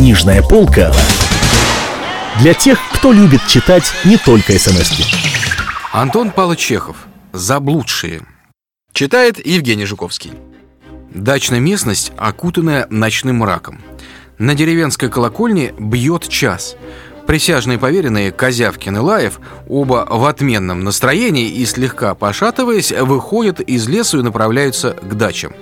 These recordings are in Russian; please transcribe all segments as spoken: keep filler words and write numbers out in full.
Книжная полка для тех, кто любит читать не только смски. Антон Павлович Чехов. «Заблудшие». Читает Евгений Жуковский. Дачная местность, окутанная ночным мраком. На деревенской колокольне бьет час. Присяжные поверенные Козявкин и Лаев, оба в отменном настроении и слегка пошатываясь, выходят из лесу и направляются к дачам.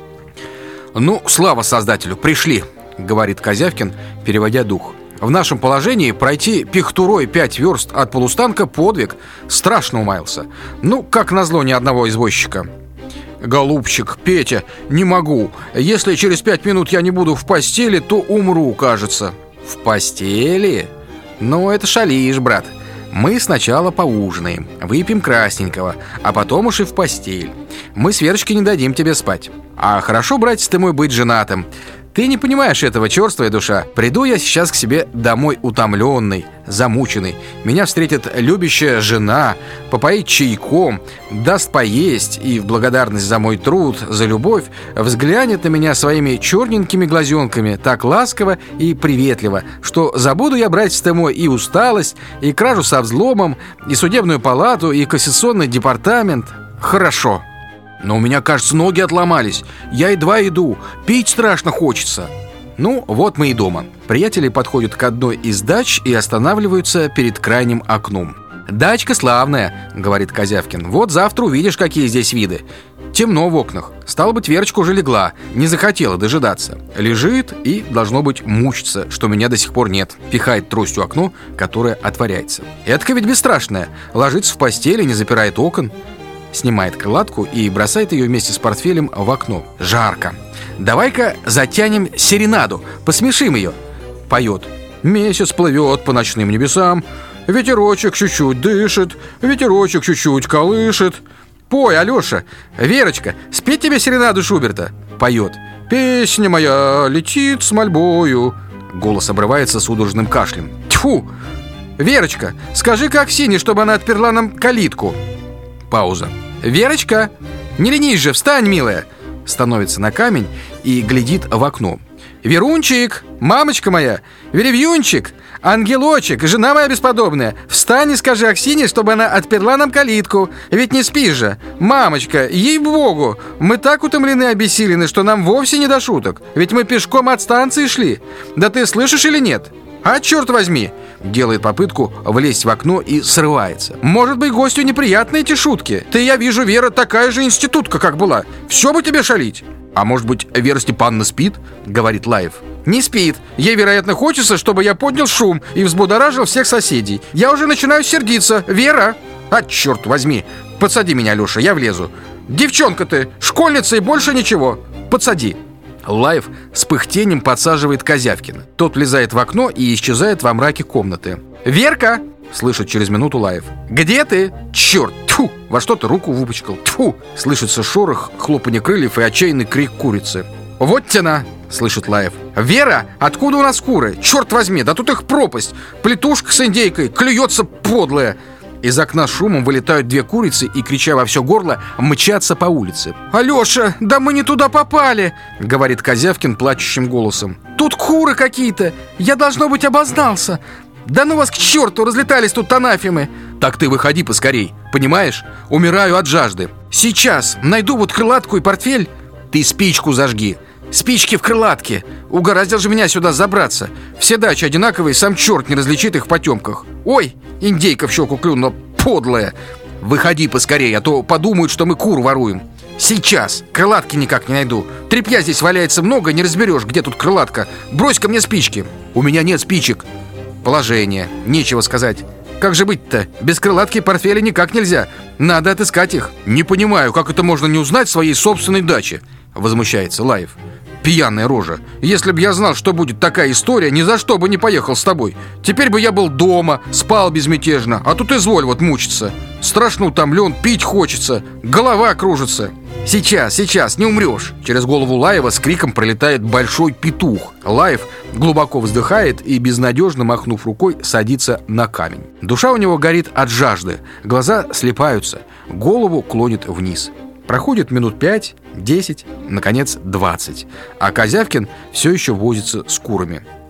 «Ну, слава Создателю, пришли», — говорит Козявкин, переводя дух. «В нашем положении пройти пехтурой пять верст от полустанка подвиг. Страшно умаялся. Ну, как назло, ни одного извозчика». «Голубчик, Петя, не могу. Если через пять минут я не буду в постели, то умру, кажется». «В постели? Ну, это шалишь, брат. Мы сначала поужинаем, выпьем красненького, а потом уж и в постель. Мы с Верочкой не дадим тебе спать. А хорошо, братец ты мой, быть женатым. Ты не понимаешь этого, черствая душа. Приду я сейчас к себе домой утомленный, замученный. Меня встретит любящая жена, попоит чайком, даст поесть и в благодарность за мой труд, за любовь взглянет на меня своими черненькими глазенками так ласково и приветливо, что забуду я, братец ты мой, и усталость, и кражу со взломом, и судебную палату, и кассационный департамент. Хорошо. Но у меня, кажется, ноги отломались. Я едва иду, пить страшно хочется». Ну, вот мы и дома. Приятели подходят к одной из дач и останавливаются перед крайним окном. «Дачка славная», — говорит Козявкин. «Вот завтра увидишь, какие здесь виды. Темно в окнах. Стало быть, Верочка уже легла, не захотела дожидаться. Лежит и, должно быть, мучится, что меня до сих пор нет. Пихает тростью окно, которое отворяется. Этка ведь бесстрашная. Ложится в постели, не запирает окон». Снимает крылатку и бросает ее вместе с портфелем в окно. «Жарко. Давай-ка затянем серенаду, посмешим ее». Поет. «Месяц плывет по ночным небесам, ветерочек чуть-чуть дышит, ветерочек чуть-чуть колышет». «Пой, Алеша. Верочка, спеть тебе серенаду Шуберта». Поет. «Песня моя летит с мольбою». Голос обрывается судорожным кашлем. «Тьфу! Верочка, скажи-ка Аксине, чтобы она отперла нам калитку». Пауза. «Верочка, не ленись же, встань, милая!» Становится на камень и глядит в окно. «Верунчик, мамочка моя, Веревьюнчик, ангелочек, жена моя бесподобная, встань и скажи Аксине, чтобы она отперла нам калитку. Ведь не спишь же. Мамочка, ей-богу, мы так утомлены и обессилены, что нам вовсе не до шуток. Ведь мы пешком от станции шли. Да ты слышишь или нет? А, черт возьми!» Делает попытку влезть в окно и срывается. «Может быть, гостю неприятны эти шутки? Ты, я вижу, Вера такая же институтка, как была. Все бы тебе шалить». «А может быть, Вера Степановна спит?» — говорит Лаев. «Не спит. Ей, вероятно, хочется, чтобы я поднял шум и взбудоражил всех соседей. Я уже начинаю сердиться. Вера! А, черт возьми! Подсади меня, Леша, я влезу. Девчонка ты, школьница и больше ничего. Подсади». Лаев с пыхтением подсаживает Козявкина. Тот влезает в окно и исчезает во мраке комнаты. «Верка!» — слышит через минуту Лаев. «Где ты? Черт! Тьфу! Во что ты руку выпачкал? Тьфу!» Слышится шорох, хлопанье крыльев и отчаянный крик курицы. «Вот тяна!» — слышит Лаев. «Вера, откуда у нас куры? Черт возьми, да тут их пропасть! Плетушка с индейкой, клюется подлая!» Из окна шумом вылетают две курицы и, крича во все горло, мчатся по улице. «Алеша, да мы не туда попали!» — говорит Козявкин плачущим голосом. «Тут куры какие-то! Я, должно быть, обознался! Да ну вас к черту, разлетались тут анафемы!» «Так ты выходи поскорей, понимаешь? Умираю от жажды!» «Сейчас, найду вот крылатку и портфель!» «Ты спичку зажги! Спички в крылатке! Угораздил же меня сюда забраться! Все дачи одинаковые, сам черт не различит их в потемках! Ой, индейка в щеку клюнула, подлая! Выходи поскорее, а то подумают, что мы кур воруем!» «Сейчас! Крылатки никак не найду! Тряпья здесь валяется много, не разберешь, где тут крылатка! Брось-ка мне спички!» «У меня нет спичек!» «Положение, нечего сказать! Как же быть-то? Без крылатки портфеля никак нельзя! Надо отыскать их!» «Не понимаю, как это можно не узнать своей собственной дачи!» — возмущается Лаев. «Пьяная рожа! Если бы я знал, что будет такая история, ни за что бы не поехал с тобой. Теперь бы я был дома, спал безмятежно, а тут изволь вот мучиться. Страшно утомлен, пить хочется, голова кружится». «Сейчас, сейчас, не умрешь!» Через голову Лаева с криком пролетает большой петух. Лаев глубоко вздыхает и, безнадежно махнув рукой, садится на камень. Душа у него горит от жажды, глаза слипаются, голову клонит вниз. Проходит минут пять, десять, наконец двадцать. А Козявкин все еще возится с курами.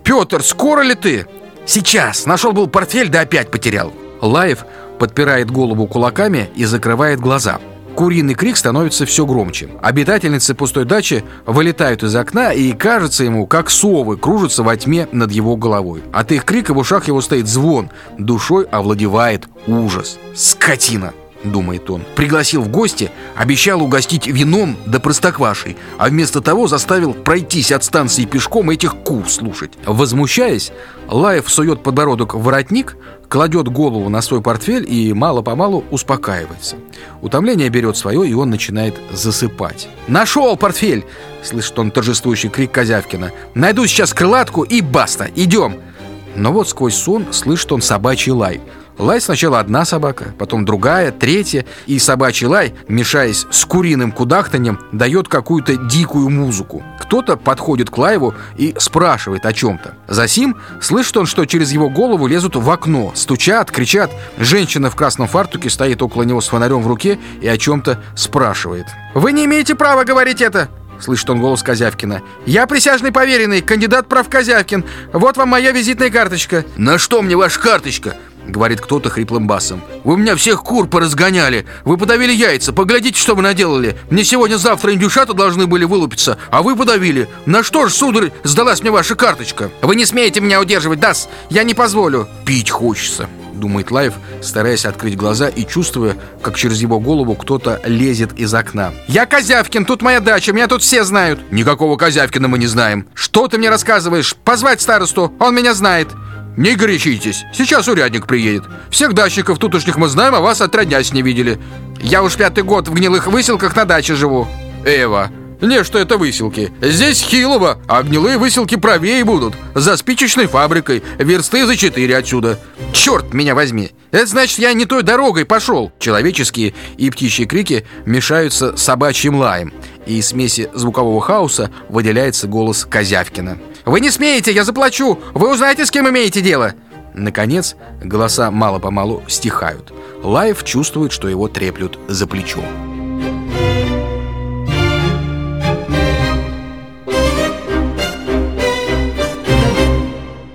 Петр, скоро ли ты? Сейчас, нашел был портфель, да опять потерял. Лаев подпирает голову кулаками и закрывает глаза. Куриный крик становится все громче. Обитательницы пустой дачи вылетают из окна, и кажется ему, как совы кружатся во тьме над его головой. От их крика в ушах его стоит звон, душой овладевает ужас. «Скотина!» — думает он. Пригласил в гости, обещал угостить вином да простоквашей, а вместо того заставил пройтись от станции пешком этих кур слушать. Возмущаясь, Лаев сует подбородок в воротник, кладет голову на свой портфель и мало-помалу успокаивается. Утомление берет свое, и он начинает засыпать. «Нашел портфель!» — слышит он торжествующий крик Козявкина. «Найду сейчас крылатку и баста! Идем!» Но вот сквозь сон слышит он собачий лай. Лай сначала одна собака, потом другая, третья, и собачий лай, мешаясь с куриным кудахтаньем, дает какую-то дикую музыку. Кто-то подходит к Лаеву и спрашивает о чем-то. Засим слышит он, что через его голову лезут в окно, стучат, кричат. Женщина в красном фартуке стоит около него с фонарем в руке и о чем-то спрашивает. «Вы не имеете права говорить это!» — слышит он голос Козявкина. «Я присяжный поверенный, кандидат прав Козявкин. Вот вам моя визитная карточка». «На что мне ваша карточка?» — говорит кто-то хриплым басом. «Вы меня всех кур поразгоняли. Вы подавили яйца. Поглядите, что вы наделали. Мне сегодня-завтра индюшата должны были вылупиться, а вы подавили. На что ж, сударь, сдалась мне ваша карточка?» «Вы не смеете меня удерживать, Дас. Я не позволю». «Пить хочется», — думает Лаев, стараясь открыть глаза и чувствуя, как через его голову кто-то лезет из окна. «Я Козявкин, тут моя дача, меня тут все знают». «Никакого Козявкина мы не знаем». «Что ты мне рассказываешь? Позвать старосту, он меня знает». «Не горячитесь, сейчас урядник приедет. Всех дачников тутошних мы знаем, а вас отродясь не видели». «Я уж пятый год в гнилых выселках на даче живу». «Эва, не, что это выселки. Здесь Хилово, а гнилые выселки правее будут. За спичечной фабрикой, версты за четыре отсюда». «Черт меня возьми! Это значит, я не той дорогой пошел». Человеческие и птичьи крики мешаются с собачьим лаем, и из смеси звукового хаоса выделяется голос Козявкина. «Вы не смеете, я заплачу! Вы узнаете, с кем имеете дело!» Наконец, голоса мало-помалу стихают. Лаев чувствует, что его треплют за плечо.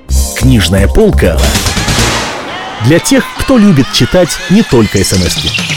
Книжная полка для тех, кто любит читать не только эс эм эски.